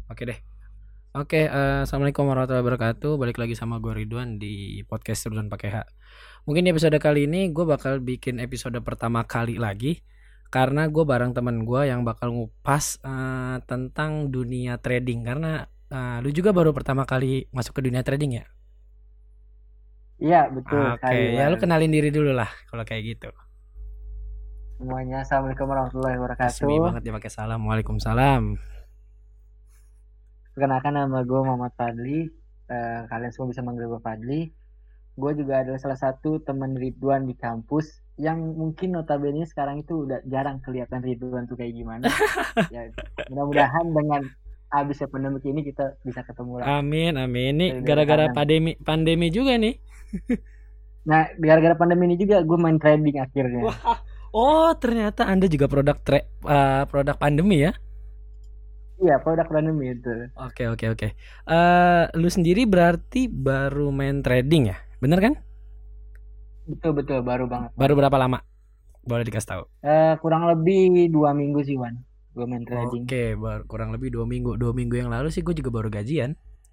Oke deh. Oke, assalamualaikum warahmatullahi wabarakatuh. Balik lagi sama gue Ridwan di podcast Ridwan pakai H. Mungkin di episode kali ini gue bakal bikin episode pertama kali lagi karena gue bareng temen gue yang bakal ngupas tentang dunia trading karena lu juga baru pertama kali masuk ke dunia trading ya. Iya, betul sekali, Oke, ya lu Bang. kenalin diri dulu lah kalau kayak gitu. Semuanya, Assalamualaikum warahmatullahi Resmi wabarakatuh. banget dipakai salam. Waalaikumsalam. Perkenalkan nama gue Muhammad Fadli. Kalian semua bisa manggil gue Fadli. Gue juga adalah salah satu teman Ridwan di kampus yang mungkin notabene sekarang itu udah jarang kelihatan Ridwan tuh kayak gimana. Ya, mudah-mudahan dengan habisnya pandemi ini kita bisa ketemu lah. Amin, amin. Ini Dari udah gara-gara kangen. pandemi juga nih. Nah, gara-gara pandemi ini juga gue main trading akhirnya. Wah, oh ternyata Anda juga produk pandemi ya? Iya, produk pandemi itu. Oke, oke, oke. Lu sendiri berarti baru main trading ya? Bener kan? Betul-betul, baru banget, Wan. Baru berapa lama? Boleh dikasih tahu. Kurang lebih 2 minggu sih, Wan. Gue main trading. Oke, kurang lebih 2 minggu. 2 minggu yang lalu sih gue juga baru gajian.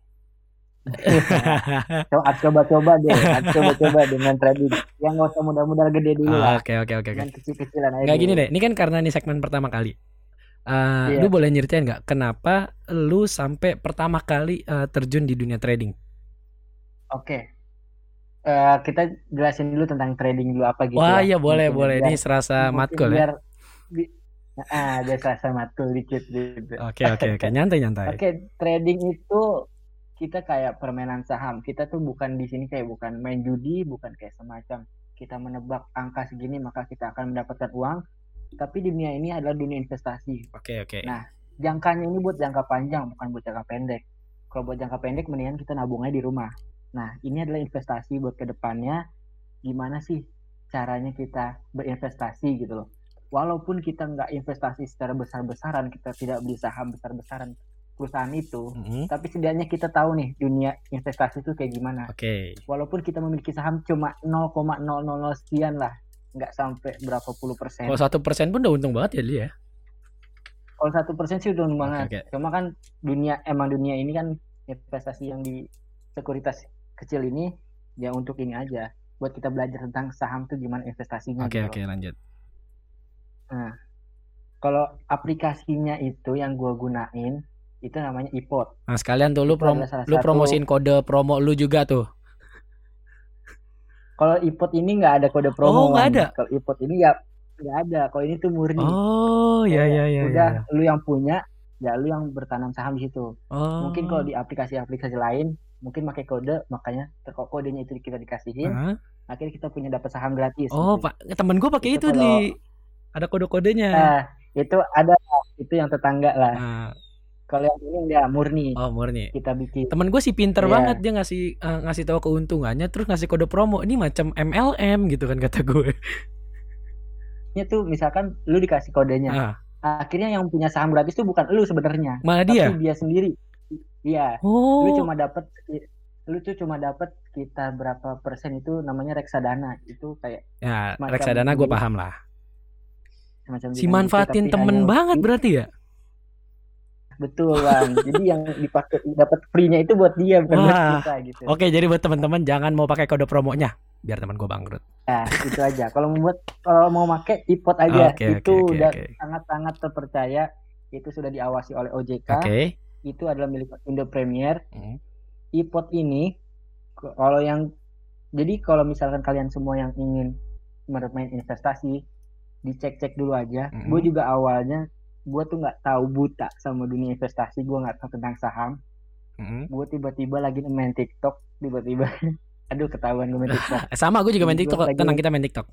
Harus coba-coba deh, harus coba-coba dengan trading. Yang nggak usah mudah-mudah gede dulu lah, Oke, oke, oke, oke. yang kecil-kecilan aja Nggak gini dulu. deh, ini kan karena ini segmen pertama kali. Lu Iya, boleh nyeritain nggak kenapa lu sampai pertama kali terjun di dunia trading? oke. Kita jelasin dulu tentang trading dulu apa gitu Wah, ya, iya boleh, mungkin ya, boleh. Ini biar serasa mungkin matkul ya. biar bi- biar serasa matul dikit gitu. Oke, oke, oke. Nyantai, nyantai. Oke, trading itu kita kayak permainan saham. Kita tuh bukan di sini kayak bukan main judi, bukan kayak semacam kita menebak angka segini maka kita akan mendapatkan uang. Tapi dunia ini adalah dunia investasi. Oke, oke. Nah, jangkanya ini buat jangka panjang, bukan buat jangka pendek. Kalau buat jangka pendek, mendingan kita nabungnya di rumah. Nah, ini adalah investasi buat kedepannya. Gimana sih caranya kita berinvestasi gitu loh. Walaupun kita nggak investasi secara besar-besaran, kita tidak beli saham besar-besaran perusahaan itu, Mm-mm. tapi setidaknya kita tahu nih dunia investasi itu kayak gimana. Oke. Walaupun kita memiliki saham cuma 0,000 sekian lah, nggak sampai berapa puluh Kalau persen. 1% pun udah untung banget ya dia. Kalau 1% sih udah Oke, banget. oke. Cuma kan dunia ini kan investasi yang di sekuritas kecil ini ya untuk ini aja. Buat kita belajar tentang saham tuh gimana investasinya Oke, gitu oke, loh. lanjut. Nah, kalau aplikasinya itu yang gue gunain itu namanya iPod. Nah, sekalian tuh Itu adalah salah lu satu. promosiin kode promo lu juga tuh. Kalau iPod ini nggak ada kode Oh, nggak promoan. ada. Kalau iPod ini ya nggak ada. Kalau ini tuh murni. Oh, ya, Kayak ya, ya, ya, udah ya. lu yang punya, ya lu yang bertanam saham di situ. Mungkin kalau Oh. di aplikasi-aplikasi lain mungkin pakai kode, makanya kok kodenya itu kita dikasihin, Hah? akhirnya kita punya dapat saham gratis Oh, gitu. Pak, temen gue pakai Itu itu, Li. kalau Ada kode-kodenya. eh itu ada, itu yang tetangga lah. Nah, Kalau yang ini enggak murni oh, murni. kita bikin. Temen gue sih pinter banget, Iya, dia ngasih tahu keuntungannya terus ngasih kode promo. Ini macam MLM gitu kan kata gue. ini tuh misalkan lu dikasih kodenya, Ah, akhirnya yang punya saham gratis tuh bukan lu sebenarnya, malah tapi dia. dia sendiri. Iya, lu Oh. cuma dapat lu tuh cuma dapat sekitar berapa persen, itu namanya reksadana. Itu kayak Ya, semacam reksadana gue dividen, paham lah. semacam Si dividen gitu, manfaatin tapi hanya temen banget berarti ya. betul bang. Jadi yang dipakai dapat free-nya itu buat dia, bukan buat Wah, kita gitu. oke. Jadi buat teman-teman jangan mau pakai kode promonya, biar teman gue bangkrut. Nah, itu aja. Kalau mau pakai iPod aja, Oke, oke, itu oke, udah oke. sangat-sangat terpercaya. Itu sudah diawasi oleh OJK. Oke. Itu adalah milik Indo Premier. Hmm. iPod ini kalau yang jadi kalau misalkan kalian semua yang ingin bermain investasi, dicek-cek dulu aja. Gue Hmm. juga awalnya gue tuh nggak tahu, buta sama dunia investasi. Gue nggak tahu tentang saham. Hmm. Gue tiba-tiba lagi main TikTok, tiba-tiba aduh ketahuan gue main TikTok. Sama, gue juga Jadi main gue TikTok. lagi Tenang, kita main TikTok.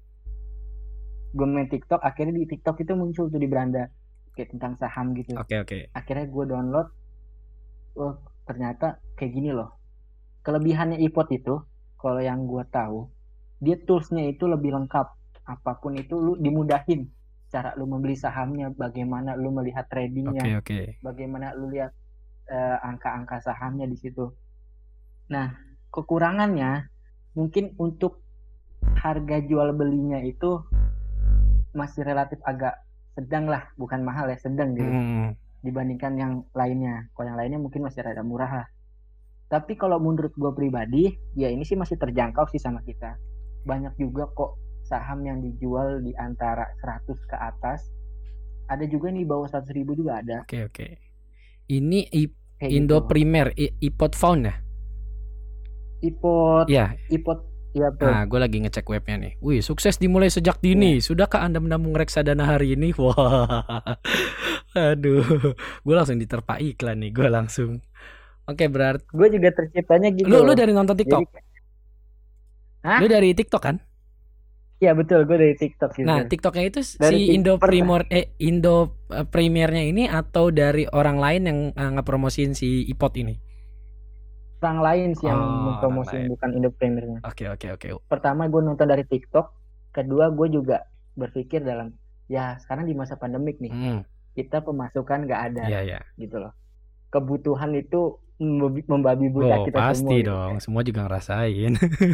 gue main TikTok, akhirnya di TikTok itu muncul tuh di beranda kayak tentang saham gitu. Oke, oke. Akhirnya gue download. Oh, ternyata kayak gini loh. Kelebihannya iPod itu, kalau yang gue tahu, dia toolsnya itu lebih lengkap. Apapun itu lu dimudahin. Cara lu membeli sahamnya, bagaimana lu melihat Oke, tradingnya, oke. bagaimana lu lihat angka-angka sahamnya di situ. Nah, kekurangannya mungkin untuk harga jual belinya itu masih relatif agak sedang lah, bukan mahal ya, sedang gitu. Hmm. dibandingkan yang lainnya. Kalau yang lainnya mungkin masih rada murah lah. Tapi kalau menurut gue pribadi, ya ini sih masih terjangkau sih sama kita. Banyak juga kok saham yang dijual di antara 100 ke atas. Ada juga nih bawah 100.000 juga ada. Oke. Ini Kayak Indo gitu. Primer, iPod Found ya? iPod, Ya. ya betul. Nah, gue lagi ngecek webnya nih. Wih, sukses dimulai sejak dini. Sudahkah Anda menabung reksadana hari ini? Wah, aduh, gue langsung diterpa iklan nih. Gue langsung. Oke, berarti Gue juga terciptanya gitu. lu dari nonton Jadi, TikTok? Lu dari TikTok kan? ya betul, gue dari TikTok gitu. Nah, TikToknya itu Dari si Indo Premiernya ini atau dari orang lain yang ngepromosiin si iPod ini? orang lain sih yang Oh, orang mempromosiin, lain. bukan Indo Premiernya. Oke. Pertama gue nonton dari TikTok, kedua gue juga berpikir dalam, ya sekarang di masa pandemik nih, kita pemasukan nggak ada, Iya. gitu loh. Kebutuhan itu membabi buta kita Pasti semua. dong, semua juga ngerasain.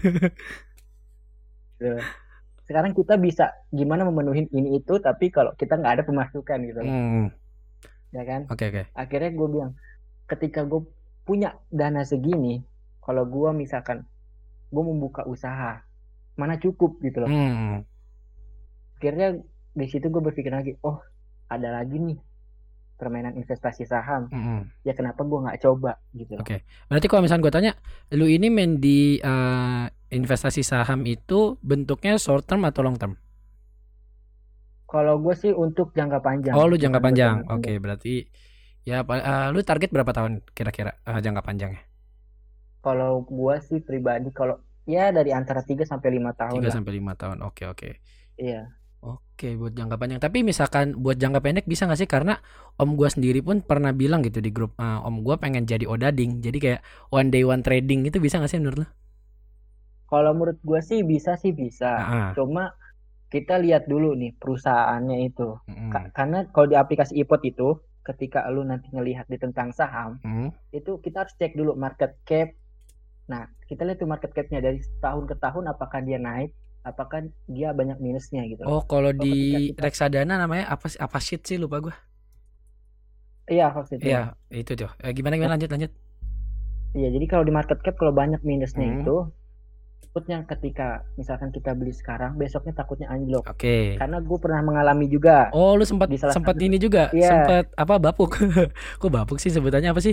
Gitu. Sekarang kita bisa gimana memenuhi ini itu, tapi kalau kita nggak ada pemasukan gitu loh. Ya kan? Oke. Akhirnya gue bilang, ketika gue punya dana segini, kalau gue misalkan gue membuka usaha, mana cukup gitu loh. Akhirnya di situ gue berpikir lagi, oh ada lagi nih permainan investasi saham. Ya kenapa gue nggak coba gitu loh. Oke. Berarti kalau misalnya gue tanya, lu ini main di investasi saham itu bentuknya short term atau long term? Kalau gue sih untuk jangka panjang. Oh, lu jangka bukan buat panjang. jangka pendek. Oke, berarti ya lu target berapa tahun kira-kira jangka panjangnya? Kalau gue sih pribadi, kalau ya dari antara 3 sampai 5 tahun 3 lah. sampai 5 tahun. Oke. Iya. Oke, buat jangka panjang. Tapi misalkan buat jangka pendek bisa nggak sih? Karena om gue sendiri pun pernah bilang gitu di grup, om gue pengen jadi odading. Jadi kayak one day one trading itu bisa nggak sih menurut lo? Kalau menurut gue sih bisa. Cuma kita lihat dulu nih perusahaannya itu. Karena kalau di aplikasi iPod itu, ketika lu nanti ngelihat di tentang saham, itu kita harus cek dulu market cap. Nah, kita lihat tuh market capnya dari tahun ke tahun, apakah dia naik, apakah dia banyak minusnya gitu. Oh, kalau di reksadana namanya apa sheet sih, lupa gue. Iya, maksudnya. Iya, itu tuh. Gimana lanjut. Iya, jadi kalau di market cap kalau banyak minusnya itu, takutnya ketika misalkan kita beli sekarang, besoknya takutnya anjlok. Oke. Karena gue pernah mengalami juga. Oh, lu sempat ini juga, sempat apa bapuk? Kok bapuk sih sebutannya apa sih?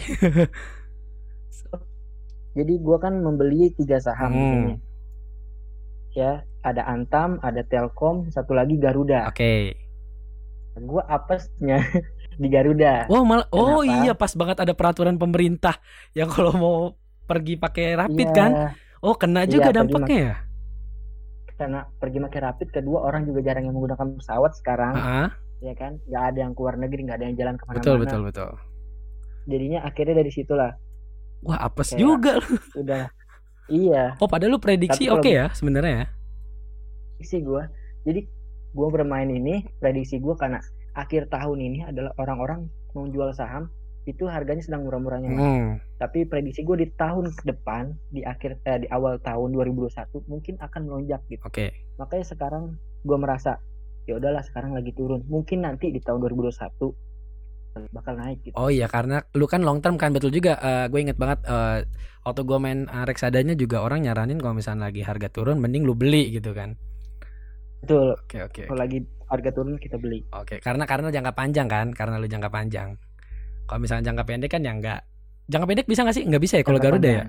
Jadi gue kan membeli 3 saham di sini. Ya, ada Antam, ada Telkom, satu lagi Garuda. Oke. Gue apesnya di Garuda. Oh iya, pas banget ada peraturan pemerintah yang kalau mau pergi pakai rapid kan. Oh, kena juga dampaknya ya. Karena pergi pakai rapid, kedua orang juga jarang yang menggunakan pesawat sekarang. Ya kan, nggak ada yang keluar negeri, nggak ada yang jalan kemana-mana. Betul. Jadinya akhirnya dari situlah. Wah, apes juga. Udah. Iya. Oh, padahal lu prediksi oke ya sebenarnya ya. Prediksi gue. Jadi gue bermain ini, prediksi gue karena akhir tahun ini adalah orang-orang menjual saham itu harganya sedang murah-murahnya. Tapi prediksi gue di tahun depan, di awal tahun 2021 mungkin akan melonjak gitu. Oke. Makanya sekarang gue merasa ya udahlah, sekarang lagi turun. Mungkin nanti di tahun 2021 bakal naik gitu. Oh iya, karena lu kan long term kan, betul juga. Gue inget banget waktu gue main reksadanya juga orang nyaranin kalau misalnya lagi harga turun mending lu beli gitu kan. Betul. Oke. Kalau lagi harga turun kita beli. Oke, karena jangka panjang kan, karena lu jangka panjang. Kalau misalnya jangka pendek kan ya enggak. Jangka pendek bisa nggak sih? Nggak bisa ya kalau Garuda ya?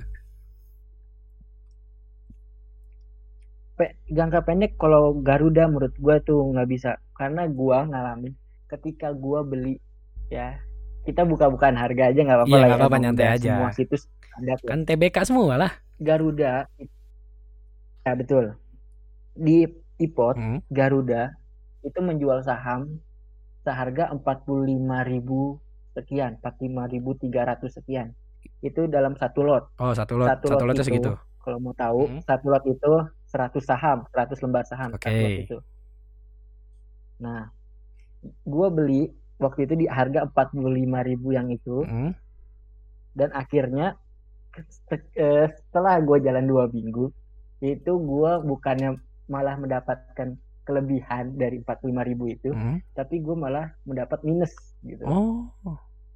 Jangka pendek kalau Garuda menurut gue tuh nggak bisa, karena gue ngalamin ketika gue beli, ya kita buka-bukaan harga aja nggak apa-apa. Iya, nggak apa-apa, nyantai aja. Semua situs ada tuh. Kan TBK semua lah. Garuda, ya betul. Di iPod, Garuda itu menjual saham seharga 45.000 sekian, 45.300 sekian. Itu dalam satu lot. Oh, satu lot itu segitu. Kalau mau tahu, satu lot itu 100 saham, 100 lembar saham. Oke. Satu lot itu. Nah, gue beli waktu itu di harga 45.000 yang itu. Dan akhirnya setelah gue jalan 2 minggu, itu gue bukannya malah mendapatkan kelebihan dari 45.000 itu, tapi gue malah mendapat minus gitu. Oh.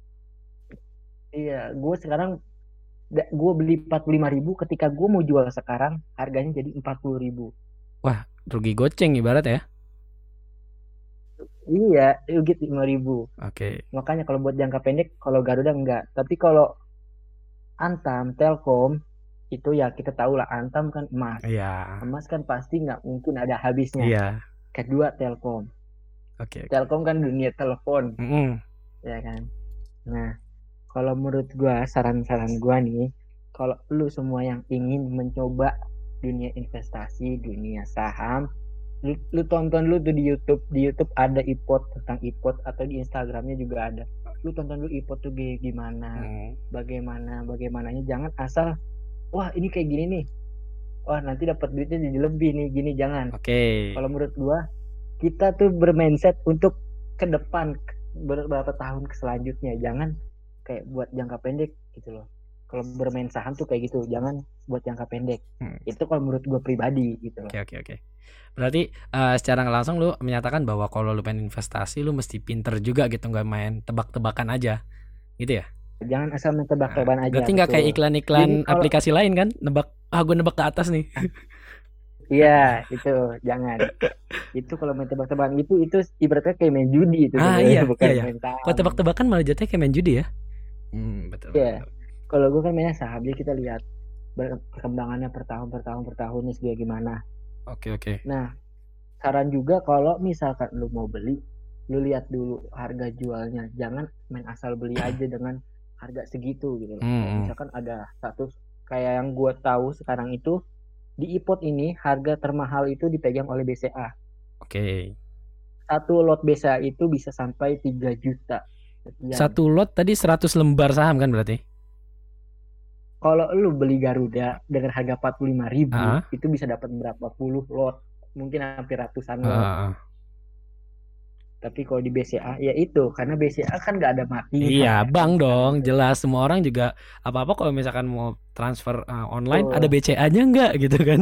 Iya, gue sekarang gue beli 45.000, ketika gue mau jual sekarang harganya jadi 40.000. Wah, rugi goceng ibarat ya. Iya, rugi 5.000. Oke. Makanya kalau buat jangka pendek, kalau Garuda enggak. Tapi kalau Antam, Telkom, itu ya kita tahu lah, Antam kan emas. Iya. Emas kan pasti nggak mungkin ada habisnya. Iya. Kedua Telkom. Oke, oke. Telkom kan dunia telepon, Mm-mm. ya kan. Nah, kalau menurut gua, saran-saran gua nih, kalau lu semua yang ingin mencoba dunia investasi, dunia saham, lu tonton lu tuh di YouTube. Di YouTube ada iPod, tentang iPod, atau di Instagramnya juga ada. Lu tonton lu iPod tuh gimana, Mm. bagaimananya. Jangan asal, wah ini kayak gini nih, wah nanti dapat duitnya jadi lebih nih, gini. Jangan. Oke. Kalau menurut gua, kita tuh bermindset untuk ke depan, beberapa tahun ke selanjutnya. Jangan kayak buat jangka pendek gitu loh. Kalau bermain saham tuh kayak gitu, jangan buat jangka pendek. Hmm. Itu kalau menurut gue pribadi gitu loh. Oke, oke, oke. Berarti secara nggak langsung lu menyatakan bahwa kalau lu pengen investasi lu mesti pinter juga gitu, nggak main tebak-tebakan aja, gitu ya? Jangan asal main Nah, tebak-tebakan aja, berarti nggak kayak betul. iklan-iklan Jadi kalau aplikasi lain kan, gue nebak ke atas nih. iya itu jangan. Itu kalau main tebak-tebakan itu ibaratnya kayak main judi itu Iya, sebenarnya, iya bukan ya. main Kalau saham. tebak-tebakan malah jatuhnya kayak main judi ya. Betul, betul, Iya. betul. Kalau gue kan mainnya saham, jadi kita lihat perkembangannya per tahun nih segala gimana. Oke, oke. Nah, saran juga kalau misalkan lu mau beli, lu lihat dulu harga jualnya. Jangan main asal beli aja dengan harga segitu gitu loh. Kayak Hmm, misalkan ada satu, kayak yang gue tahu sekarang itu, di iPod ini harga termahal itu dipegang oleh BCA. oke. Satu lot BCA itu bisa sampai 3 juta sekian. Satu lot tadi 100 lembar saham kan berarti? Kalau lu beli Garuda dengan harga 45.000, Ah, itu bisa dapat berapa puluh lot, mungkin hampir ratusan ah, lot. ah, ah. Tapi kalau di BCA ya itu, karena BCA kan nggak ada Iya, matinya kan bank dong, sekarang tuh. jelas semua orang juga apa-apa kalau misalkan mau transfer online ada Tuh. BCA-nya enggak gitu kan?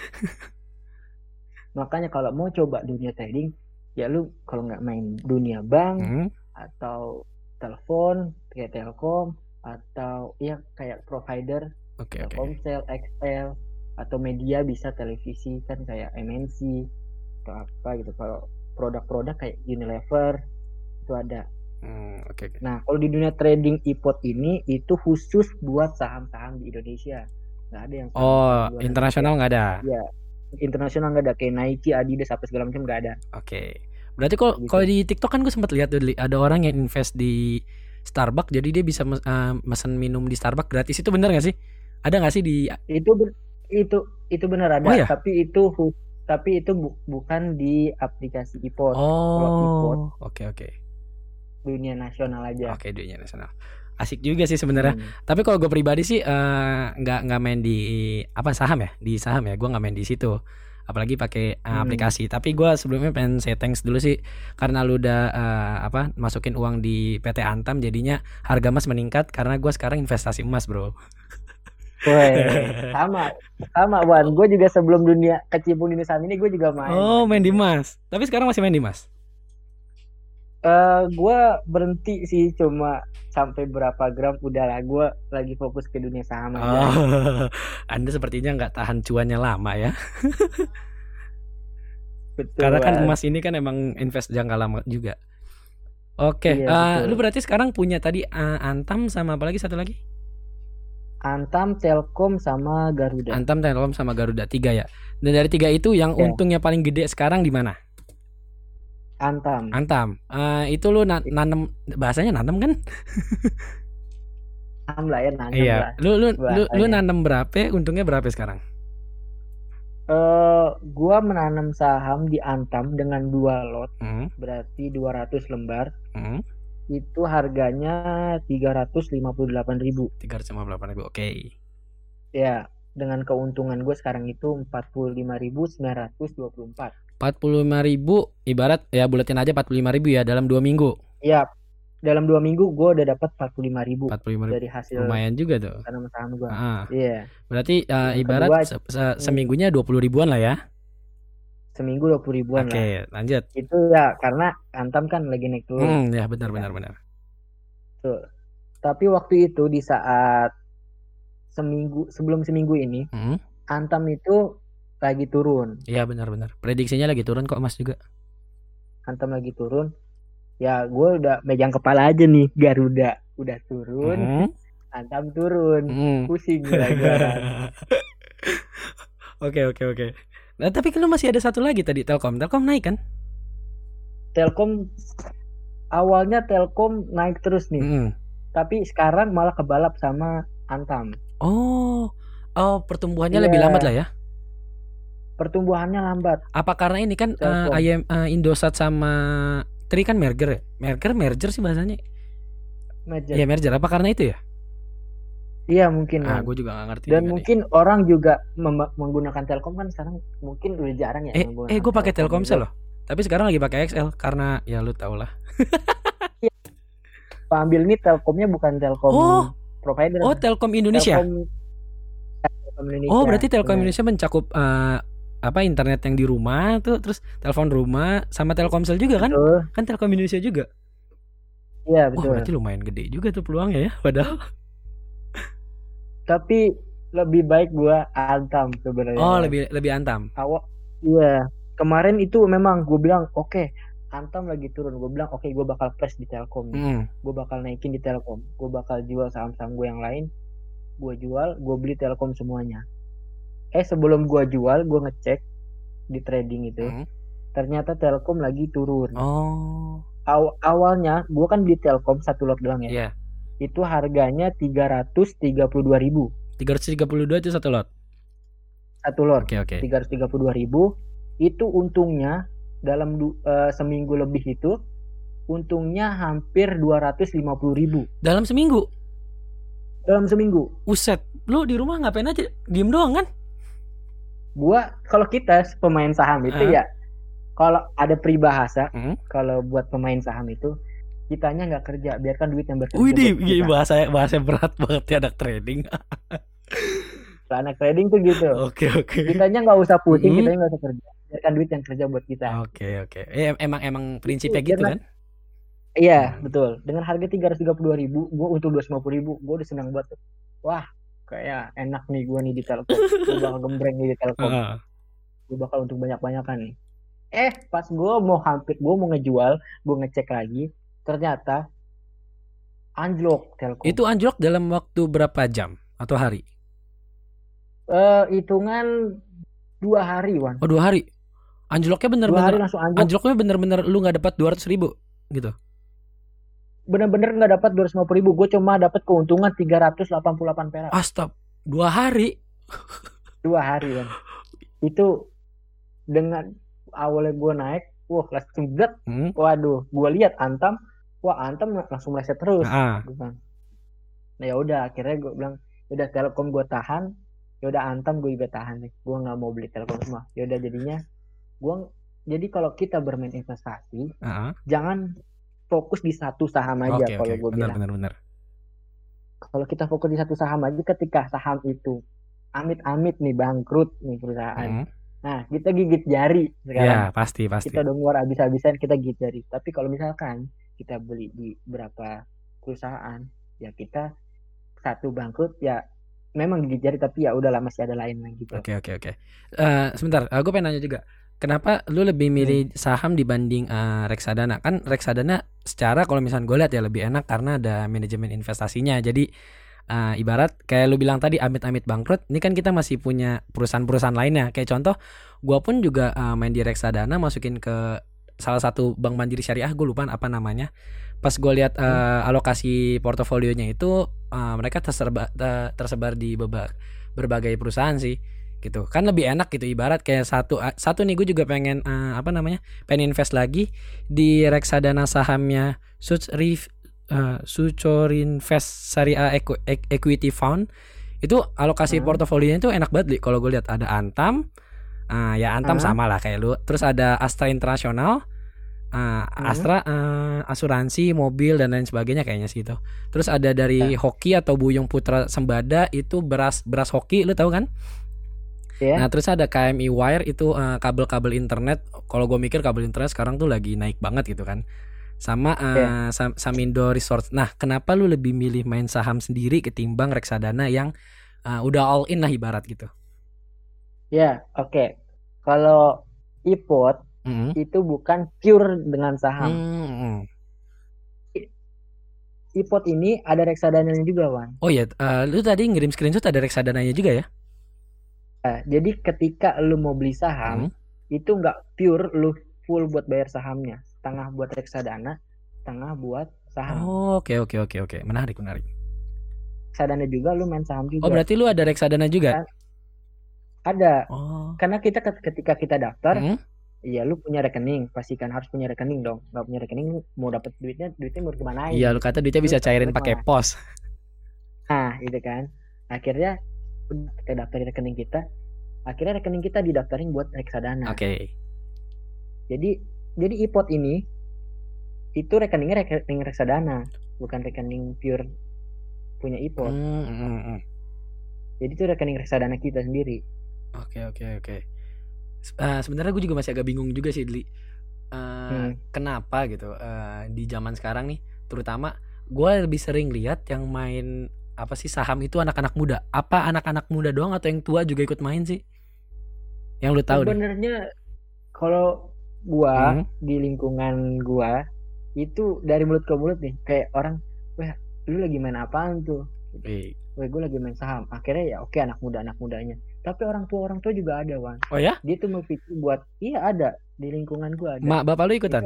Makanya kalau mau coba dunia trading, ya lu kalau nggak main dunia bank Hmm, atau telepon kayak Telkom, atau ya kayak provider oke, oke. Telkomsel, XL, atau media bisa televisi kan kayak MNC atau apa gitu. Kalau produk-produk kayak Unilever itu ada. Oke, oke. Nah, kalau di dunia trading iPod ini itu khusus buat saham-saham di Indonesia. Nggak ada yang saham-saham Oh, luar negeri internasional kayak, nggak ada. ya, internasional nggak ada, kayak Nike, Adidas, apa segala macam nggak ada Oke. Berarti kalau gitu. di TikTok kan gue sempat lihat tuh, ada orang yang invest di Starbucks jadi dia bisa mesen minum di Starbucks gratis. Itu bener nggak sih? Ada nggak sih di? Itu itu benar Oh ada, ya. tapi itu bukan di aplikasi iPod. Kalau iPod Oh, oke, oke. dunia nasional aja. Oke, dunia nasional. Asik juga sih sebenarnya. Hmm. Tapi kalau gue pribadi sih nggak main di apa saham ya, di saham ya. Gue nggak main di situ. Apalagi pakai Hmm. aplikasi. Tapi gue sebelumnya pengen say thanks dulu sih karena lu udah masukin uang di PT Antam, jadinya harga emas meningkat karena gue sekarang investasi emas, bro. Weh, sama sama Wan. Gue juga sebelum dunia kecimpung dunia saham ini gue juga main, Oh, makanya main di gue. emas. Tapi sekarang masih main di emas. Gue berhenti sih, cuma sampai berapa gram, udahlah gue lagi fokus ke dunia saham aja. Oh, Anda sepertinya nggak tahan cuannya lama ya. Betul Karena kan Wan. emas ini kan emang invest jangka lama juga. Oke, Iya betul. lu berarti sekarang punya tadi Antam sama apa lagi satu lagi? Antam, Telkom, sama Garuda. Antam, Telkom sama Garuda, tiga ya. Dan dari tiga itu yang Ya, untungnya paling gede sekarang di mana? Antam. Antam. Itu lu nanem, bahasanya nanem kan? Nanam lah ya, nanam Iya. lah Lu bahasanya. nanem berapa? Untungnya berapa sekarang? Gua menanam saham di Antam dengan 2 lot, Hmm, berarti 200 lembar. hmm. Itu harganya 358.000. 358.000. Oke. Ya, dengan keuntungan gue sekarang itu 45.924. 45.000 ibarat ya bulatin aja 45.000 ya dalam 2 minggu. Ya, dalam 2 minggu gue udah dapat 45.000 45.000 dari hasil lumayan juga tuh. tanam saham gue. Ah, Iya. berarti Yang ibarat kedua, seminggunya 20 ribuan lah ya. seminggu 20 ribuan lah. Oke, lanjut. Itu ya karena Antam kan lagi naik turun. Ya benar, Ya benar, kan? benar. Tuh. Tapi waktu itu di saat sebelum seminggu ini, Antam itu lagi turun. Iya benar-benar. Prediksinya lagi turun kok Mas juga. Antam lagi turun. Ya gue udah megang kepala aja nih, Garuda udah turun, Antam turun, pusing lah gue. Oke. Nah tapi kan lu masih ada satu lagi tadi Telkom naik kan? Telkom awalnya Telkom naik terus nih, tapi sekarang malah kebalap sama Antam. Oh pertumbuhannya lebih lambat lah ya? Pertumbuhannya lambat. Apa karena ini kan Indosat sama Tri kan merger ya? Merger sih bahasanya. Merger. Iya merger. Apa karena itu ya? Iya mungkin. Gue juga gak ngerti. Dan mungkin nih. Orang juga menggunakan Telkom kan sekarang mungkin udah jarang ya. Gue pakai Telkomsel loh. Tapi sekarang lagi pakai XL karena ya lu tau lah. Pak ambil ini Telkomnya bukan Telkom provider. Oh Telkom Indonesia. Telkom Indonesia. Oh berarti Telkom Indonesia mencakup internet yang di rumah tuh, terus telepon rumah sama Telkomsel juga kan? Betul. Kan Telkom Indonesia juga. Iya betul. Berarti lumayan gede juga tuh peluangnya ya padahal. Tapi lebih baik gua Antam sebenarnya. Oh lebih Antam. Iya. Kemarin itu memang gue bilang oke, Antam lagi turun. Gue bilang oke, gue bakal press di Telkom. Gue bakal naikin di Telkom. Gue bakal jual saham-saham gue yang lain. Gue jual, gue beli Telkom semuanya. Sebelum gue jual, gue ngecek di trading itu. Ternyata Telkom lagi turun. Oh. Awalnya gue kan beli Telkom satu lot doang ya. Iya. Itu harganya 332.000. 332 itu satu lot. Satu lot. Oke. 332.000. Itu untungnya dalam seminggu lebih itu untungnya hampir 250.000. Dalam seminggu? Dalam seminggu. Uset, lu di rumah ngapain aja? Diem doang kan? Kalau kita pemain saham itu ya, kalau ada peribahasa, kalau buat pemain saham itu kitanya nggak kerja, biarkan duit yang bekerja. Wih, bahasa berat banget ya anak trading. Anak trading tuh gitu. Oke. Kitanya nggak usah pusing, kitanya nggak usah kerja, biarkan duit yang kerja buat kita. Oke. Emang prinsipnya gitu kan? Iya betul. Dengan harga 332.000, gue untung 250.000, gue udah senang banget. Wah, kayak enak nih gue nih di Telkom. Gue bakal gembreng nih di Telkom. Gue bakal untung banyak-banyakan nih. Pas gue mau ngejual, gue ngecek lagi, ternyata anjlok Telkom. Itu anjlok dalam waktu berapa jam atau hari? Hitungan 2 hari, Wan. Oh 2 hari. Anjloknya bener-bener. 2 hari langsung anjlok. Anjloknya bener-bener lu nggak dapat 200.000 gitu. Bener-bener nggak dapat 250.000. Gue cuma dapat keuntungan 388 perak. Astag, 2 hari. 2 hari, Wan. Itu dengan awalnya gue naik, langsung get. Waduh, gue lihat Antam langsung meleset terus. Nah ya udah, akhirnya gue bilang, udah Telkom gue tahan, ya udah Antam gue juga tahan nih. Gue nggak mau beli Telkom semua. Ya udah jadinya jadi kalau kita bermain investasi, jangan fokus di satu saham aja. Kalau gue bilang. Benar. Kalau kita fokus di satu saham aja, ketika saham itu amit-amit nih bangkrut nih perusahaan. Nah, kita gigit jari sekarang. Ya, pasti. Kita udah ngeluar habis-habisan, kita gigit jari. Tapi kalau misalkan kita beli di berapa perusahaan, ya kita satu bangkrut, ya memang gigit jari, tapi ya udahlah masih ada lain gitu. Oke. Sebentar, gue pengen nanya juga. Kenapa lu lebih milih saham dibanding reksadana? Kan reksadana secara kalau misalnya gue lihat ya lebih enak karena ada manajemen investasinya. Jadi ibarat kayak lu bilang tadi amit-amit bangkrut, ini kan kita masih punya perusahaan-perusahaan lainnya. Kayak contoh, gue pun juga main di reksadana, masukin ke salah satu bank mandiri syariah, gue lupa apa namanya. Pas gue lihat alokasi portofolionya itu mereka tersebar di berbagai perusahaan sih, gitu. Kan lebih enak gitu. Ibarat kayak satu nih, gue juga pengen pengen invest lagi di reksadana sahamnya Sucorinvest Syariah Equity Fund. Itu alokasi portofolionya itu enak banget, kalau gue lihat ada Antam, ya Antam sama lah kayak lu. Terus ada Astra Internasional, Astra asuransi, mobil dan lain sebagainya kayaknya sih itu. Terus ada dari Hoki atau Buyung Putra Sembada, itu beras hoki, lu tahu kan? Yeah. Nah terus ada KMI Wire, itu kabel-kabel internet. Kalau gue mikir kabel internet sekarang tuh lagi naik banget gitu kan. sama Samindo Resorts. Nah, kenapa lu lebih milih main saham sendiri ketimbang reksadana yang udah all in lah ibarat gitu? Ya, oke. Kalau IPOT itu bukan pure dengan saham. IPOT ini ada reksadananya juga, Wan. Oh ya, lu tadi ngirim screenshot ada reksadananya juga ya? Jadi ketika lu mau beli saham, itu nggak pure lu full buat bayar sahamnya. Setengah buat reksadana, setengah buat saham. Oh, oke. Menarik. Reksadana juga lu main saham juga. Oh, berarti lu ada reksadana juga? Ada. Oh. Karena kita ketika kita daftar, iya lu punya rekening, pastikan harus punya rekening dong. Nggak punya rekening mau dapat duitnya mau kemanain? Iya, lu kata duitnya bisa cairin pakai pos. Nah, itu kan. Akhirnya kita daftarin rekening kita. Akhirnya rekening kita didaftarin buat reksadana. Oke. Jadi IPOT ini itu rekeningnya rekening reksadana, bukan rekening pure punya IPOT. Jadi itu rekening reksadana kita sendiri. Oke. Sebenarnya gue juga masih agak bingung juga sih, Dli. Kenapa gitu di zaman sekarang nih, terutama gue lebih sering lihat yang main apa sih saham itu anak-anak muda. Apa anak-anak muda doang atau yang tua juga ikut main sih? Yang lu tahu sebenarnya kalau gua di lingkungan gua itu dari mulut ke mulut nih, kayak orang, wah lu lagi main apaan tuh? Wah gue lagi main saham. Akhirnya ya oke, anak mudanya. Tapi orang tua juga ada, Wan. Oh ya? Dia tuh berpikir buat, iya ada di lingkungan gua ada. Mak bapak lu ikutan?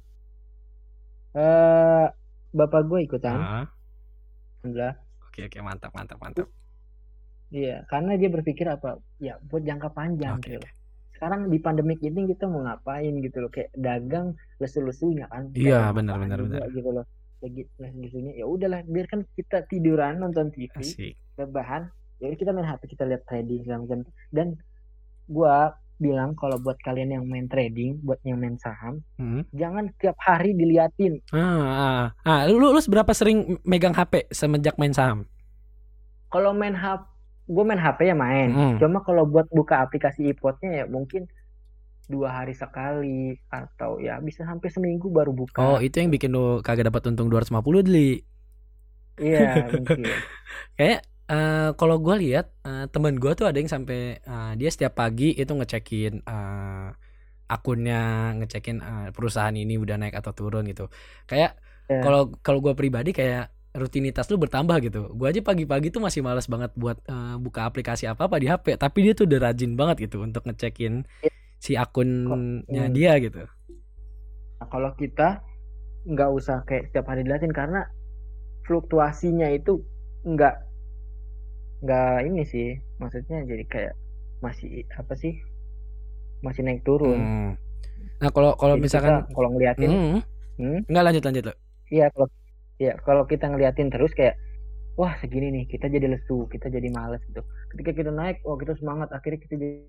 Bapak gue ikutan. Alhamdulillah. Oke, mantap. Iya, karena dia berpikir apa? Ya buat jangka panjang gitu. Sekarang di pandemik ini kita mau ngapain gitu loh, kayak dagang lesu-lesunya kan. Iya, benar. Gitu loh. Lagi lesu-lesunya ya udahlah, biarkan kita tiduran nonton TV. Rebahan. Jadi kita main HP, kita lihat trading segala macam. Dan gua bilang kalau buat kalian yang main trading, buat yang main saham, jangan tiap hari diliatin. Lu seberapa sering megang HP semenjak main saham? Kalau main HP, gue main HP ya main. Cuma kalau buat buka aplikasi IPOT-nya ya mungkin 2 hari sekali, atau ya bisa sampai seminggu baru buka. Oh, itu yang bikin lu kagak dapat untung 250, Dli. Iya, mungkin. Kayak kalau gue lihat temen gue tuh ada yang sampai dia setiap pagi itu ngecekin akunnya, ngecekin perusahaan ini udah naik atau turun gitu. Kayak kalau gue pribadi kayak rutinitas lu bertambah gitu. Gue aja pagi-pagi tuh masih malas banget buat buka aplikasi apa-apa di HP, tapi dia tuh udah rajin banget gitu untuk ngecekin si akunnya dia gitu. Nah, kalau kita nggak usah kayak setiap hari dilihatin, karena fluktuasinya itu nggak ini sih, maksudnya jadi kayak masih apa sih, masih naik turun. Nah kalau misalkan kalau ngeliatin, nggak lanjut lo. Iya, kalau kita ngeliatin terus kayak, wah segini nih, kita jadi lesu, kita jadi malas gitu. Ketika kita naik, kita semangat, akhirnya kita jadi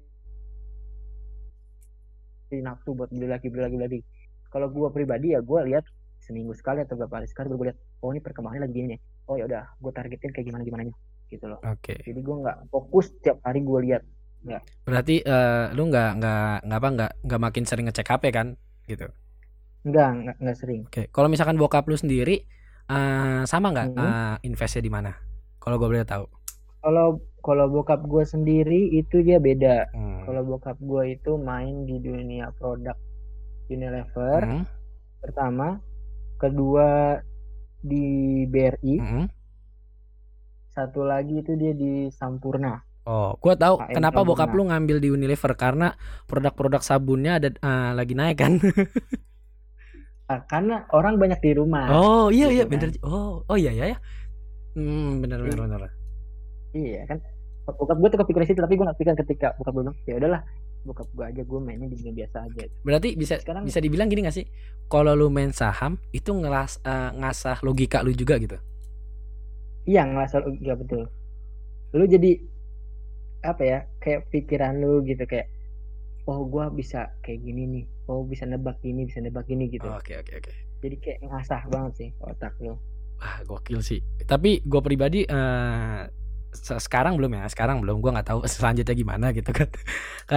nafsu buat beli lagi. Kalau gue pribadi ya gue lihat seminggu sekali atau beberapa hari sekali gue lihat, ini perkembangannya lagi gini nih. Oh ya udah, gue targetin kayak gimana gitu loh. Oke. Jadi gue nggak fokus tiap hari gue lihat. Nggak. Berarti lu nggak makin sering ngecek HP kan gitu? Nggak sering. Oke. Kalau misalkan bokap lu sendiri sama nggak investnya di mana? Kalau gue boleh tahu. Kalau bokap gue sendiri itu dia beda. Kalau bokap gue itu main di dunia produk Unilever pertama, kedua di BRI, satu lagi itu dia di Sampurna. Oh, gue tahu kenapa bokap lu ngambil di Unilever, karena produk-produk sabunnya ada lagi naik kan? Karena orang banyak di rumah. Oh iya gitu bener. Kan? Oh iya ya. Bener. Iya kan. Bokap gue tuh kepikiran situ, tapi gue nggak pikir ketika bokap gue bilang ya udahlah, bokap gue aja, gue mainnya di dunia biasa aja. Berarti bisa dibilang gini nggak sih? Kalau lu main saham itu ngasah logika lu juga gitu? Iya, ngasah logika, betul. Lu jadi apa ya? Kayak pikiran lu gitu, kayak gue bisa kayak gini nih, bisa nebak ini gitu. Oke. Jadi kayak ngasah banget sih otak lu. Wah, gokil sih. Tapi gue pribadi sekarang belum, gue nggak tahu selanjutnya gimana gitu kan. Karena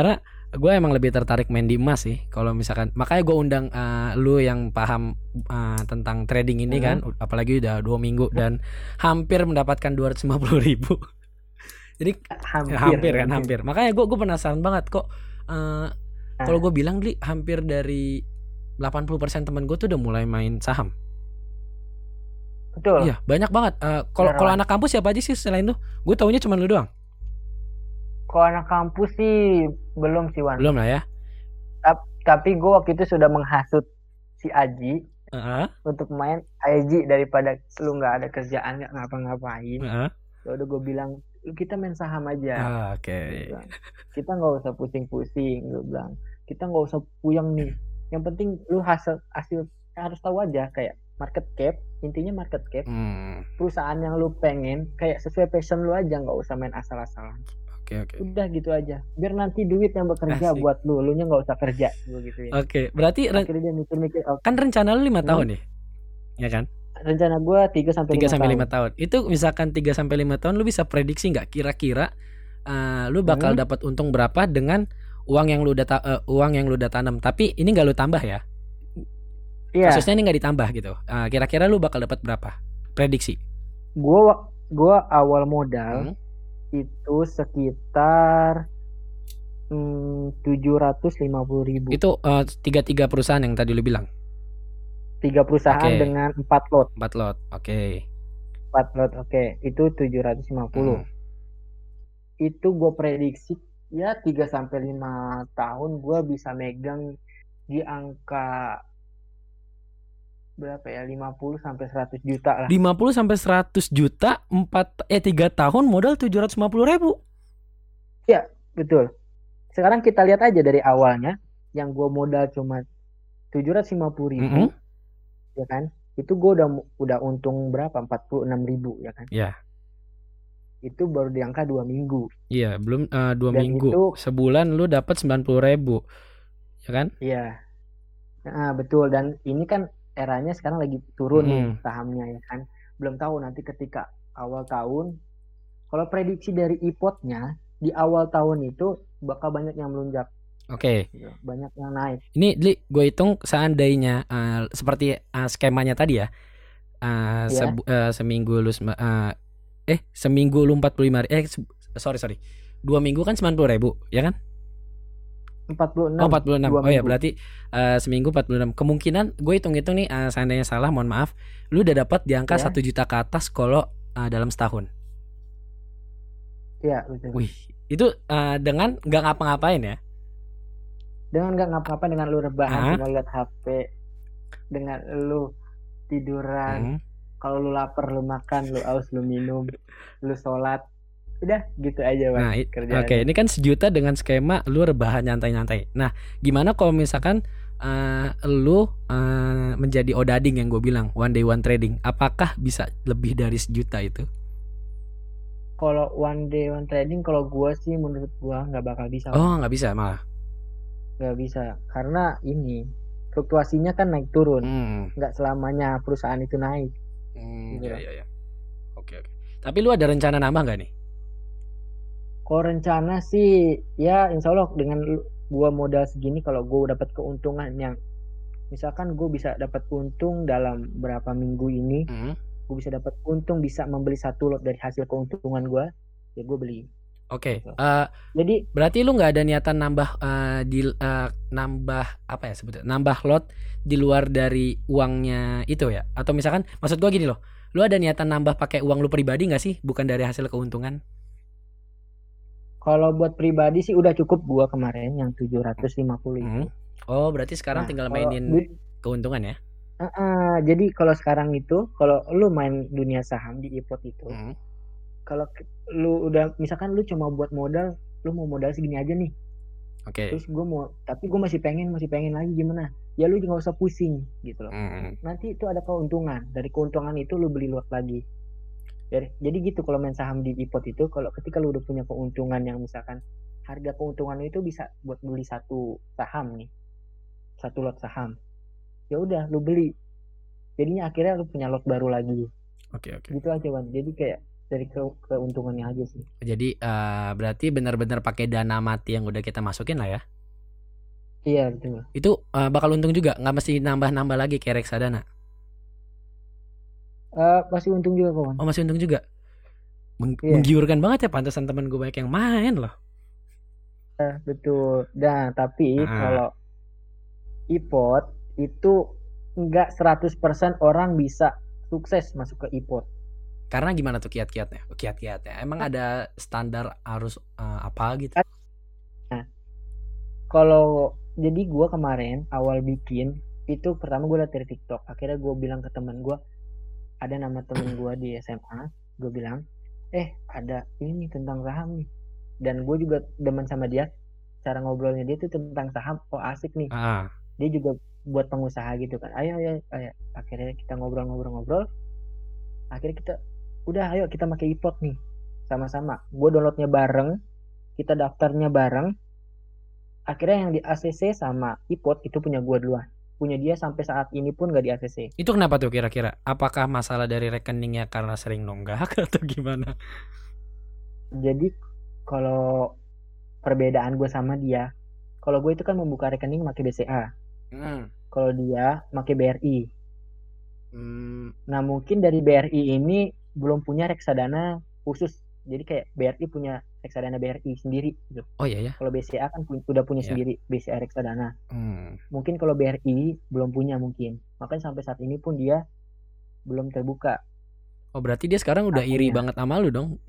gue emang lebih tertarik main di emas sih. Kalau misalkan, makanya gue undang lu yang paham tentang trading ini kan, apalagi udah 2 minggu dan hampir mendapatkan 250.000. Jadi hampir. Makanya gue penasaran banget kok. Kalau gue bilang hampir dari 80% teman gue tuh udah mulai main saham. Betul. Iya, banyak banget. Kalau anak kampus siapa aja sih selain lu? Gue taunya cuma lu doang. Kalau anak kampus sih belum sih, Wan. Belum lah ya. Tapi gue waktu itu sudah menghasut si Aji untuk main IG daripada lu nggak ada kerjaan, nggak ngapa-ngapain. Ya udah gue bilang kita main saham aja. Oke. Kita nggak usah pusing-pusing, gue bilang. Kita nggak usah puyeng nih. Yang penting lu hasil harus tahu aja kayak market cap, intinya market cap. Perusahaan yang lu pengen kayak sesuai passion lu aja, nggak usah main asal-asalan. Oke. Udah gitu aja. Biar nanti duit yang bekerja buat lu nya nggak usah kerja begitu ya. Oke, berarti dia mikir-mikir. Kan rencana lu 5 tahun nih. Ya kan? Rencana gue 3 sampai 5 tahun. Itu misalkan 3 sampai 5 tahun lu bisa prediksi enggak kira-kira lu bakal dapat untung berapa dengan uang yang lu udah tanam. Tapi ini enggak lu tambah ya. Iya. Kasusnya ini enggak ditambah gitu. Kira-kira lu bakal dapat berapa? Prediksi. Gua awal modal itu sekitar 750.000. Itu 3 perusahaan yang tadi lu bilang. 3 perusahaan dengan 4 lot. 4 lot. Oke. 4 lot. Oke. Itu 750. Itu gue prediksi ya 3 sampai 5 tahun gue bisa megang di angka berapa ya? 50 sampai 100 juta lah. 50 sampai 100 juta 3 tahun modal 750.000. Iya, betul. Sekarang kita lihat aja dari awalnya yang gue modal cuma 750.000. Ya kan? Itu gue udah untung berapa? 46.000 ya kan? Iya. Itu baru di angka 2 minggu. Iya, belum 2 minggu. Itu, sebulan lu dapat 90.000. Ya kan? Iya. Nah, betul, dan ini kan eranya sekarang lagi turun nih sahamnya ya kan. Belum tahu nanti ketika awal tahun, kalau prediksi dari IPOT-nya di awal tahun itu bakal banyak yang melonjak. Oke. Banyak yang naik. Ini gue hitung seandainya seperti skemanya tadi ya. Seminggu lu seminggu lu 45 sorry 2 minggu kan 90.000 ya kan? 46. Oh 46. Oh ya berarti seminggu 46. Kemungkinan gue hitung-hitung nih seandainya salah mohon maaf. Lu udah dapat di angka 1 juta ke atas kalau dalam setahun. Iya betul. Wih, itu dengan nggak ngapa-ngapain ya? Dengan nggak ngapa-ngapain, dengan lu rebahan cuma lihat HP, dengan lu tiduran, kalau lu lapar lu makan, lu aus lu minum, lu sholat, udah gitu aja Bang. Nah, Oke, ini kan 1 juta dengan skema lu rebahan nyantai-nyantai. Nah, gimana kalau misalkan lu menjadi odading yang gue bilang one day one trading, apakah bisa lebih dari 1 juta itu? Kalau one day one trading, kalau gue sih menurut gue nggak bakal bisa. Oh, nggak bisa malah? Nggak bisa, karena ini fluktuasinya kan naik turun, nggak selamanya perusahaan itu naik. Iya. Oke. Tapi lu ada rencana nambah nggak nih? Kalau rencana sih, ya insya Allah dengan gue modal segini, kalau gue dapat keuntungan yang, misalkan gue bisa dapat untung dalam berapa minggu ini, gue bisa dapat untung bisa membeli 1 lot dari hasil keuntungan gue, ya gue beli. Oke. Jadi berarti lu nggak ada niatan nambah nambah apa ya sebetulnya? Nambah lot di luar dari uangnya itu ya? Atau misalkan maksud gue gini loh, lu ada niatan nambah pakai uang lu pribadi nggak sih? Bukan dari hasil keuntungan? Kalau buat pribadi sih udah cukup gue kemarin yang 750 itu. Oh berarti sekarang tinggal mainin keuntungan ya? Jadi kalau sekarang itu, kalau lu main dunia saham di IPOT itu, kalau lu udah misalkan lu cuma buat modal, lu mau modal segini aja nih. Oke. Terus tapi gue masih pengen lagi gimana? Ya lu nggak usah pusing gitu loh. Nanti itu ada keuntungan. Dari keuntungan itu lu beli lot lagi. Jadi gitu kalau main saham di IPOT itu, kalau ketika lu udah punya keuntungan yang misalkan harga keuntungan itu bisa buat beli 1 saham nih, 1 lot saham. Ya udah lu beli. Jadinya akhirnya lu punya lot baru lagi. Oke. Gitu aja Wan. Jadi kayak dari keuntungannya aja sih. Jadi berarti benar-benar pakai dana mati yang udah kita masukin lah ya? Iya betul. Itu bakal untung juga, nggak mesti nambah-nambah lagi kayak reksadana. Masih untung juga kawan. Oh masih untung juga. Iya Menggiurkan banget ya, pantesan temen gue banyak yang main loh. betul. Dan tapi Nah, kalau iPod itu nggak 100% orang bisa sukses masuk ke iPod. karena gimana tuh kiat-kiatnya? Kiat-kiatnya. Emang ada standar harus apa gitu? Nah, kalau jadi gue kemarin awal bikin itu pertama gue liat dari TikTok. Akhirnya gue bilang ke temen gue, ada nama temen gue di SMA, gue bilang, ada ini tentang saham nih. Dan gue juga demen sama dia, cara ngobrolnya dia tuh tentang saham, oh asik nih. Ah, Dia juga buat pengusaha gitu kan. Ayo. Akhirnya kita ngobrol-ngobrol. Akhirnya kita, udah ayo kita pakai iPod nih. Sama-sama. Gue downloadnya bareng, kita daftarnya bareng. Akhirnya yang di ACC sama iPod itu punya gue duluan. Punya dia sampai saat ini pun gak di ACC. itu kenapa tuh kira-kira? Apakah masalah dari rekeningnya karena sering nunggak atau gimana? Jadi kalau perbedaan gue sama dia, kalau gue itu kan membuka rekening pakai BCA. Hmm. Kalau dia pakai BRI. Hmm. Nah mungkin dari BRI ini belum punya reksadana khusus. Jadi kayak BRI punya reksadana BRI sendiri gitu. Oh iya ya. Kalau BCA kan udah punya Iya. sendiri BCA reksadana. Hmm. Mungkin kalau BRI belum punya mungkin. Makanya sampai saat ini pun dia belum terbuka Oh berarti dia sekarang udah iri akunnya. banget sama lu dong.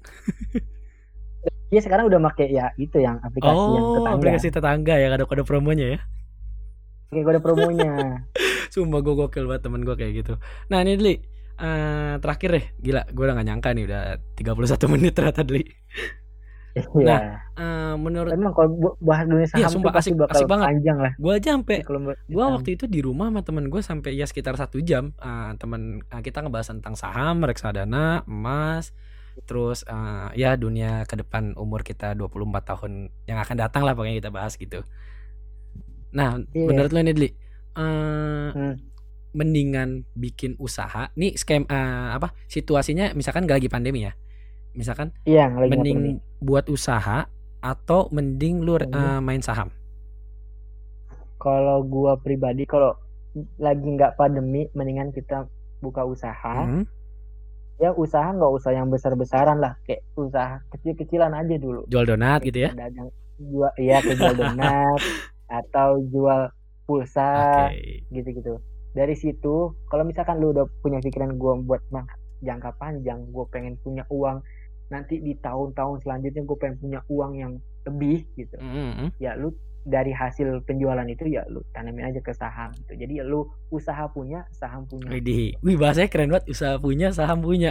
Dia sekarang udah pakai ya itu yang aplikasi yang Oh, tetangga. aplikasi tetangga ya, ada kode promonya ya. Pakai kode promonya. Sumpah gue gokil banget temen gue kayak gitu. Nah ini Dli, terakhir deh, gila gue udah gak nyangka nih udah 31 menit ternyata Dli. Nah, Iya. menurut, Memang kalau bahas dunia iya saham tuh sumpah pasti bakal asik banget. panjang lah. Gue aja sampai, Kalau gue saham. waktu itu di rumah sama temen gue sampai ya sekitar 1 jam. Kita ngebahas tentang saham, reksadana, emas, terus ya dunia ke depan umur kita 24 tahun yang akan datang lah pokoknya kita bahas gitu. Nah, Iya. menurut lo ini Dli, Hmm. mendingan bikin usaha nih apa situasinya misalkan gak lagi pandemi ya, misalkan Iya, lagi nggak pandemi. mending buat usaha atau mending lu main saham? Kalau gua pribadi, kalau lagi nggak pandemi, mendingan kita buka usaha. Ya usaha nggak usah yang besar-besaran lah, kayak usaha kecil-kecilan aja dulu. Jual donat Kayak gitu ya. pedagang jual, iya kayak jual donat atau jual pulsa Oke. gitu-gitu. Dari situ, kalau misalkan lu udah punya pikiran gua buat jangka panjang, gue pengen punya uang nanti di tahun-tahun selanjutnya, gue pengen punya uang yang lebih gitu. Ya lu dari hasil penjualan itu ya lu tanamin aja ke saham gitu. Jadi ya lu usaha punya, saham punya. Wih bahasanya keren banget, usaha punya saham punya.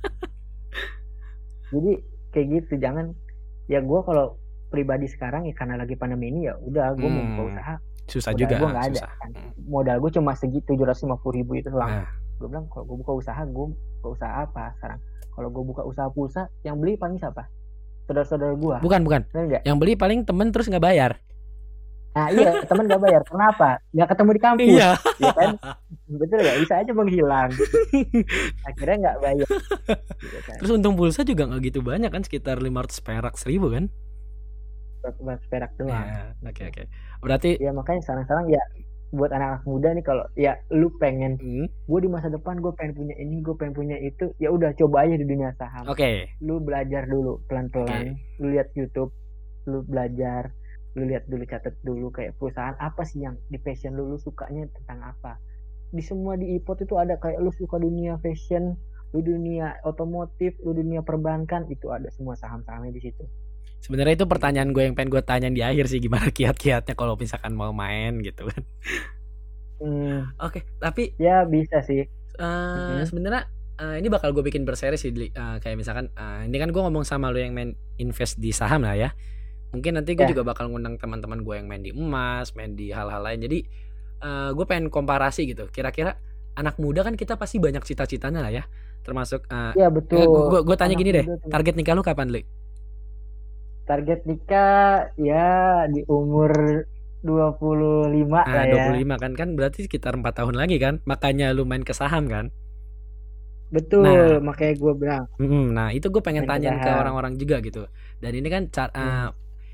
Jadi kayak gitu, jangan, ya gue kalau pribadi sekarang ya karena lagi pandemi ini ya udah gue mau buka usaha, susah modal juga gue nggak ada susah. kan. Modal gue cuma segitu 750.000 itu doang. Nah, Gue bilang kalau gue buka usaha, gue buka usaha apa sekarang? Kalau gue buka usaha pulsa, yang beli paling siapa? Saudara-saudara gue. bukan Enggak? yang beli paling temen terus nggak bayar. Nah iya, teman gak bayar. Kenapa? Nggak ketemu di kampus. Iya. Ya kan? Betul nggak? Bisa aja menghilang. Akhirnya nggak bayar. Gitu kan. Terus untung pulsa juga nggak gitu banyak kan, sekitar 500 perak 1.000 kan. Buat perak doang. Ya, oke. Berarti ya makanya sekarang ya buat anak-anak muda nih, kalau ya lu pengen gue di masa depan gue pengen punya ini, gue pengen punya itu, ya udah coba aja di dunia saham. Lu belajar dulu pelan-pelan. Lu lihat YouTube, lu belajar, lu lihat dulu, catat dulu kayak perusahaan apa sih yang di passion lu sukanya tentang apa. Di semua di iPod itu ada, kayak lu suka dunia fashion, lu dunia otomotif, lu dunia perbankan, itu ada semua saham-sahamnya di situ. Sebenarnya itu pertanyaan gue yang pengen gue tanyain di akhir sih, gimana kiat-kiatnya kalau misalkan mau main gitu kan. Oke, tapi ya bisa sih. Sebenarnya ini bakal gue bikin berseri sih, kayak misalkan ini kan gue ngomong sama lo yang main invest di saham lah ya. Mungkin nanti gue juga bakal ngundang teman-teman gue yang main di emas, main di hal-hal lain. Jadi gue pengen komparasi gitu. Kira-kira anak muda kan kita pasti banyak cita-citanya lah ya. Termasuk ya betul. Gue tanya gini deh, target nikah lu kapan, Li? Target nikah ya di umur 25 lah ya. 25 kan berarti sekitar 4 tahun lagi kan. Makanya lu main ke saham kan? Betul, makanya gue bilang. Nah itu gue pengen tanyain ke orang-orang juga gitu. Dan ini kan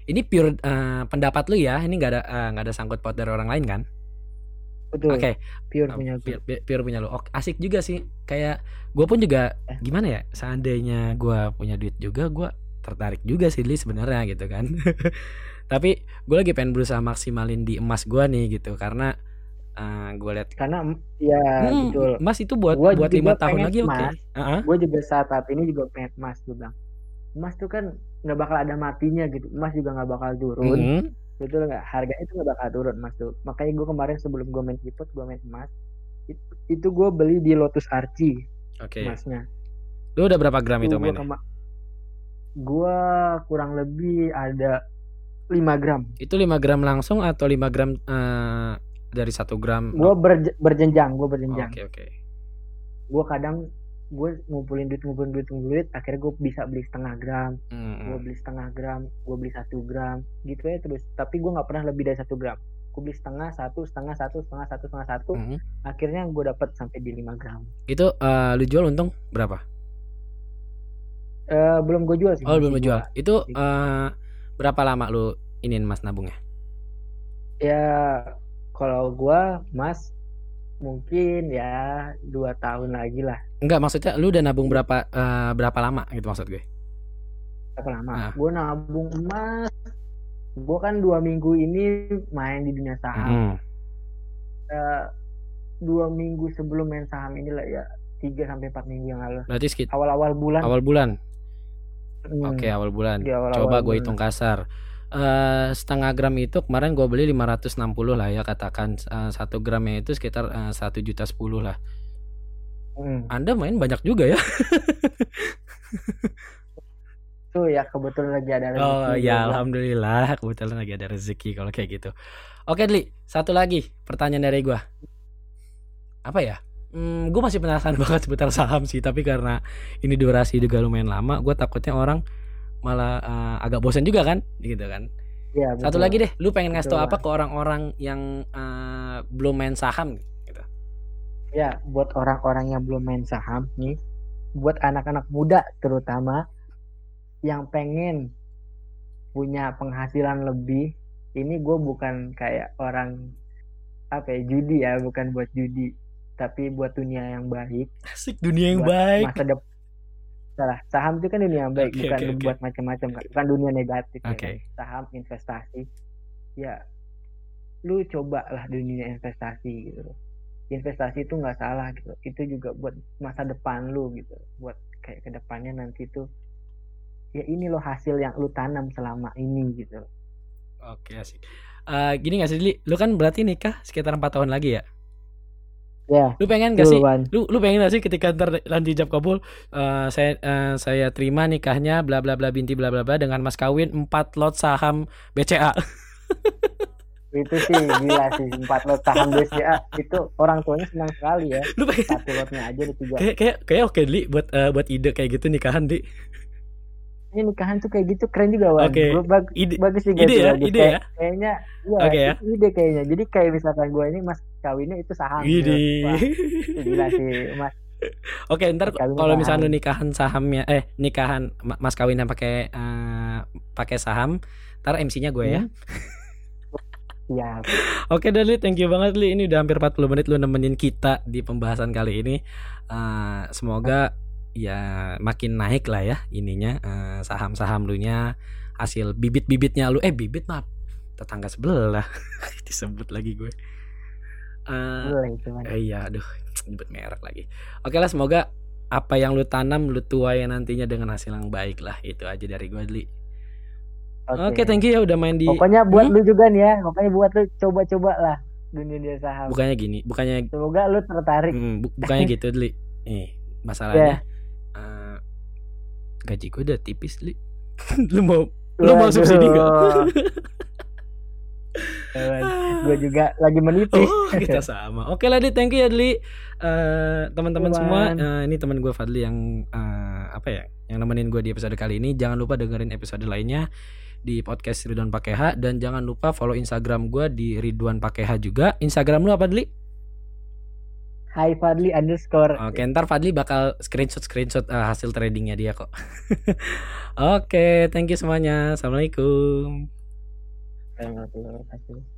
Ini pure pendapat lu ya. Ini nggak ada sangkut paut dari orang lain kan? Betul. Oke. Pure punya gue. Pure punya lu. Oke, asik juga sih. Kayak gue pun juga gimana ya? Seandainya gue punya duit juga, gue tertarik juga sih Li sebenarnya gitu kan. Tapi gue lagi pengen berusaha maksimalin di emas gue nih gitu, karena gue lihat Karena ya betul. emas itu buat Gua 5 juga tahun pengen lagi oke. emas. Gue juga saat ini juga pengen emas tuh bang. Emas tuh kan nggak bakal ada matinya gitu. Emas juga nggak bakal turun. Betul nggak? Harganya itu nggak bakal turun emas tuh. Makanya gue kemarin sebelum gue main tripod, gue main emas. Itu gue beli di Lotus Archie. Oke. Emasnya. Lu udah berapa gram itu mainnya? Gue kurang lebih ada 5 gram. Itu 5 gram langsung atau 5 gram dari 1 gram? Gue berjenjang. Oke. Gue kadang gue ngumpulin duit, akhirnya gue bisa beli setengah gram. Gue beli setengah gram, gue beli 1 gram, gitu ya terus. Tapi gue nggak pernah lebih dari 1 gram. Gue beli setengah satu. Akhirnya gue dapat sampai di 5 gram. Itu lu jual untung berapa? Belum gue jual sih. Oh belum jual. Itu berapa lama lu iniin mas nabungnya? Ya kalau gue mas mungkin ya 2 tahun lagi lah. Enggak, maksudnya lu udah nabung berapa lama gitu maksud gue? Berapa lama? Gue nabung emas. Gue kan 2 minggu ini main di dunia saham. 2 minggu sebelum main saham inilah ya 3-4 minggu yang lalu. Berarti sekitar awal bulan. Oke, awal bulan. Coba gue hitung kasar. Setengah gram itu kemarin gue beli 560 lah ya, katakan 1 gramnya itu sekitar 1,10 juta lah. Anda main banyak juga ya. Tuh ya kebetulan lagi ada rezeki. Oh ya alhamdulillah kebetulan lagi ada rezeki kalau kayak gitu. Oke Dli, satu lagi pertanyaan dari gue. Apa ya? Gue masih penasaran banget seputar saham sih, tapi karena ini durasi juga lumayan lama, gue takutnya orang malah agak bosan juga kan, gitu kan. Ya, satu lagi deh, lu pengen ngasih tau apa ke orang-orang yang belum main saham gitu? Ya, buat orang-orang yang belum main saham nih, buat anak-anak muda terutama yang pengen punya penghasilan lebih, ini gue bukan kayak orang judi ya, bukan buat judi, tapi buat dunia yang baik. Asik, dunia yang baik. Masa depan. Salah, saham itu kan dunia yang baik, bukan buat macam-macam kan, bukan dunia negatif. Ya kan? Saham investasi, ya lu cobalah dunia investasi gitu. Investasi itu nggak salah gitu, itu juga buat masa depan lu gitu, buat kayak kedepannya nanti tuh ya ini loh hasil yang lu tanam selama ini gitu. Oke, asik. Gini nggak sih Li, lu kan berarti nikah sekitar 4 tahun lagi ya? Ya. Lu pengen gak sih? Lu pengen gak sih ketika nanti ijab kabul saya terima nikahnya bla bla bla binti bla bla bla dengan mas kawin 4 lot saham BCA. Itu sih gila sih, 4 lot saham BCA itu orang tuanya senang sekali ya. Lu pengen 1 lotnya aja ada 3. Kayak oke Li buat ide kayak gitu nikahan Di. Ini nikahan tuh kayak gitu keren juga Wan. Bagus sih ide ya, ide ya. Kayaknya iya, ide kayaknya. Jadi kayak misalkan gue ini mas kawinnya itu saham. Ide. Gila sih mas. Oke, ntar kalau misalnya lu nikahan sahamnya nikahan mas kawinnya pakai saham, ntar MC-nya gue ya. Iya. Oke Dali, thank you banget Li. Ini udah hampir 40 menit lu nemenin kita di pembahasan kali ini. Semoga ya makin naik lah ya ininya saham-saham lu nya, hasil bibit-bibitnya lu bibit maaf tetangga sebelah disebut lagi gue. Iya aduh nyebut merek lagi. Oke lah, semoga apa yang lu tanam lu tuai nantinya dengan hasil yang baik lah. Itu aja dari gue Dli. Oke, thank you ya udah main di. Pokoknya buat lu juga nih ya, pokoknya buat lu coba-coba lah dunia saham. Bukannya semoga lu tertarik. Bukannya gitu Dli. Masalahnya gaji gue udah tipis Li. lu mau subsidi gak? Gue juga lagi menipis. Kita sama. Oke lah Di, thank you ya Dli. Teman-teman semua, ini teman gue Fadli yang yang nemenin gue di episode kali ini. Jangan lupa dengerin episode lainnya di podcast Ridwan Pakai H, dan jangan lupa follow Instagram gue di Ridwan Pakai H juga. Instagram lu apa Dli? Hai Fadli _ Oke, ntar Fadli bakal screenshot hasil tradingnya dia kok. Oke, thank you semuanya. Assalamualaikum. warahmatullahi wabarakatuh.